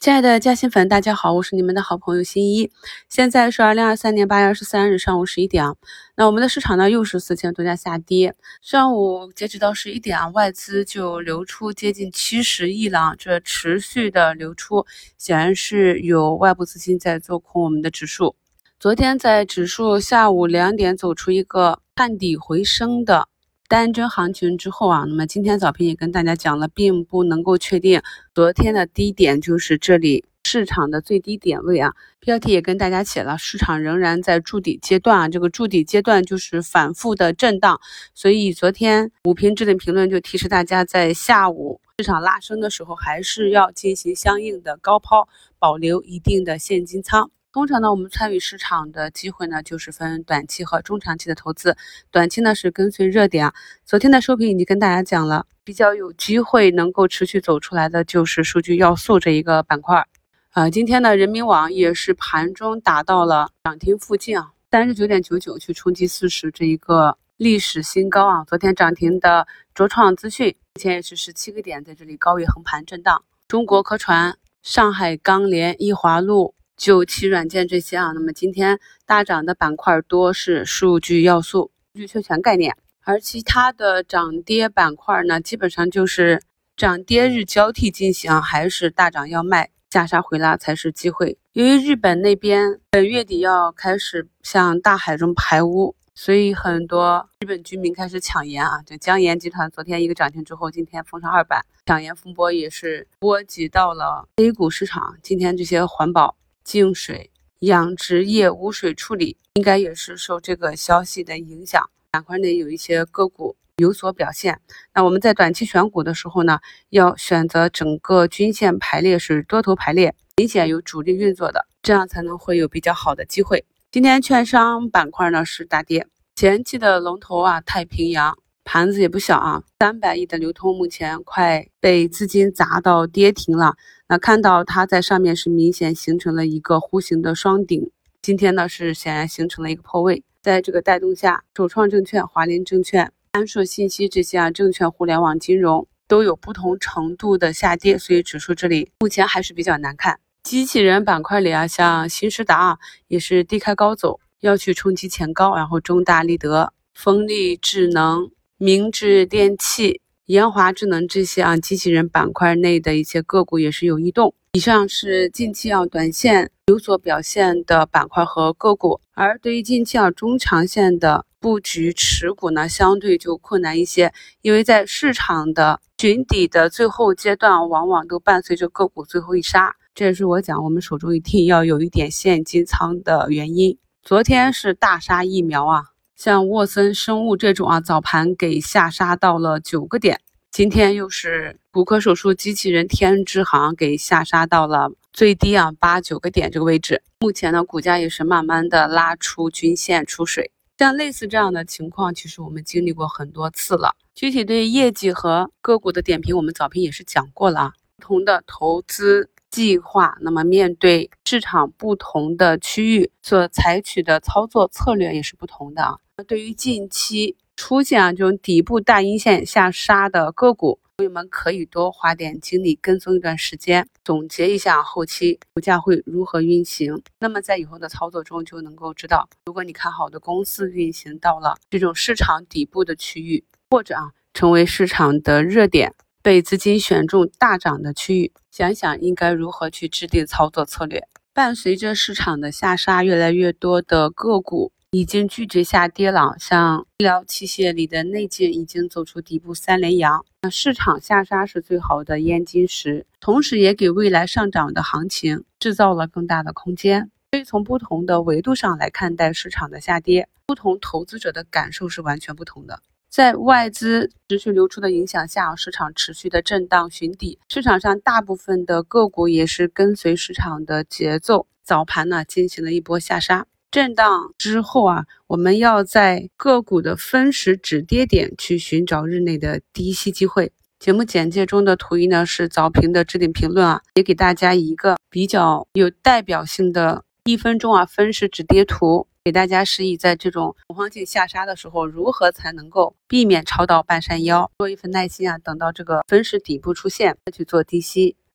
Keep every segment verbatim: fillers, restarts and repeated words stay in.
亲爱的嘉兴粉，大家好，我是你们的好朋友新一。现在是二零二三年八月二十三日上午十一点啊。那我们的市场呢又是四千多家下跌，上午截止到十一点啊，外资就流出接近七十亿了，这持续的流出显然是有外部资金在做空我们的指数。昨天在指数下午两点走出一个探底回升的单针行情之后啊，那么今天早评也跟大家讲了，并不能够确定昨天的低点就是这里市场的最低点位啊。标题也跟大家写了，市场仍然在筑底阶段啊，这个筑底阶段就是反复的震荡，所以昨天午评置顶评论就提示大家，在下午市场拉升的时候，还是要进行相应的高抛，保留一定的现金仓。通常呢，我们参与市场的机会呢，就是分短期和中长期的投资。短期呢是跟随热点啊。昨天的收评已经跟大家讲了，比较有机会能够持续走出来的就是数据要素这一个板块。呃，今天呢，人民网也是盘中达到了涨停附近啊，三十九点九九去冲击四十这一个历史新高啊。昨天涨停的卓创资讯，目前也是十七个点，在这里高位横盘震荡。中国科传、上海钢联、易华路、九旗软件这些啊，那么今天大涨的板块多是数据要素、数据确权概念，而其他的涨跌板块呢，基本上就是涨跌日交替进行，还是大涨要卖，下杀回拉才是机会。由于日本那边本月底要开始向大海中排污，所以很多日本居民开始抢盐啊。这江盐集团昨天一个涨停之后，今天封上二板，抢盐风波也是波及到了 A 股市场。今天这些环保、净水、养殖业、污水处理应该也是受这个消息的影响，板块内有一些个股有所表现。那我们在短期选股的时候呢，要选择整个均线排列是多头排列，明显有主力运作的，这样才能会有比较好的机会。今天券商板块呢是大跌，前期的龙头啊太平洋盘子也不小啊，三百亿的流通目前快被资金砸到跌停了。那看到它在上面是明显形成了一个弧形的双顶，今天呢是显然形成了一个破位。在这个带动下，首创证券、华林证券、安硕信息这些啊证券、互联网金融都有不同程度的下跌，所以指数这里目前还是比较难看。机器人板块里啊，像新时达啊也是低开高走，要去冲击前高，然后中大立德、风力智能、明治电器、研华智能这些啊机器人板块内的一些个股也是有异动。以上是近期啊短线有所表现的板块和个股，而对于近期啊中长线的布局持股呢，相对就困难一些，因为在市场的寻底的最后阶段，往往都伴随着个股最后一杀，这也是我讲我们手中一定要有一点现金仓的原因。昨天是大杀疫苗啊，像沃森生物这种啊，早盘给下杀到了九个点。今天又是骨科手术机器人天之行给下杀到了最低啊八九个点这个位置。目前呢，股价也是慢慢的拉出均线出水。像类似这样的情况，其实我们经历过很多次了。具体对业绩和个股的点评，我们早评也是讲过了啊。不同的投资计划，那么面对市场不同的区域所采取的操作策略也是不同的啊。对于近期出现啊这种底部大阴线下杀的个股，朋友们可以多花点精力跟踪一段时间，总结一下后期股价会如何运行。那么在以后的操作中就能够知道，如果你看好的公司运行到了这种市场底部的区域，或者啊成为市场的热点，被资金选中大涨的区域，想想应该如何去制定操作策略。伴随着市场的下杀，越来越多的个股已经拒绝下跌了，像医疗器械里的内镜已经走出底部三连阳，那市场下杀是最好的验金石，同时也给未来上涨的行情制造了更大的空间。所以从不同的维度上来看待市场的下跌，不同投资者的感受是完全不同的。在外资持续流出的影响下，市场持续的震荡寻底，市场上大部分的个股也是跟随市场的节奏，早盘呢进行了一波下杀。震荡之后啊，我们要在个股的分时止跌点去寻找日内的低吸机会。节目简介中的图一呢是早评的置顶评论啊，也给大家一个比较有代表性的一分钟啊分时止跌图，给大家示意在这种恐慌性下杀的时候，如何才能够避免抄到半山腰，多一份耐心啊，等到这个分时底部出现再去做低吸。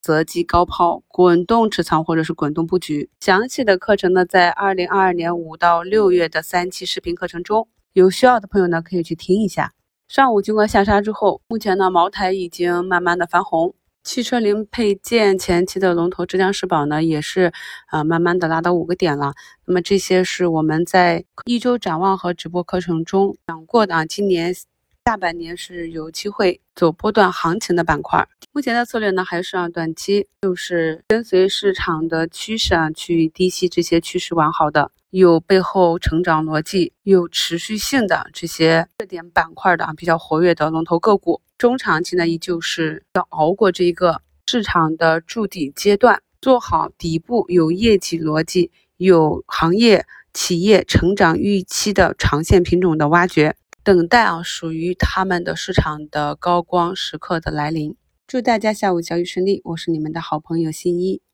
择机高抛，滚动持仓或者是滚动布局。详细的课程呢，在二零二二年五到六月的三期视频课程中，有需要的朋友呢可以去听一下。上午经过下杀之后，目前呢茅台已经慢慢的翻红，汽车零配件前期的龙头浙江世宝呢也是呃慢慢的拉到五个点了。那么这些是我们在一周展望和直播课程中讲过的啊，今年下半年是有机会走波段行情的板块。目前的策略呢，还是啊短期就是跟随市场的趋势啊，去低吸这些趋势完好的、有背后成长逻辑、有持续性的这些热点板块的啊比较活跃的龙头个股。中长期呢，依旧是要熬过这一个市场的筑底阶段，做好底部有业绩逻辑、有行业企业成长预期的长线品种的挖掘。等待啊，属于他们的市场的高光时刻的来临。祝大家下午交易顺利，我是你们的好朋友新一。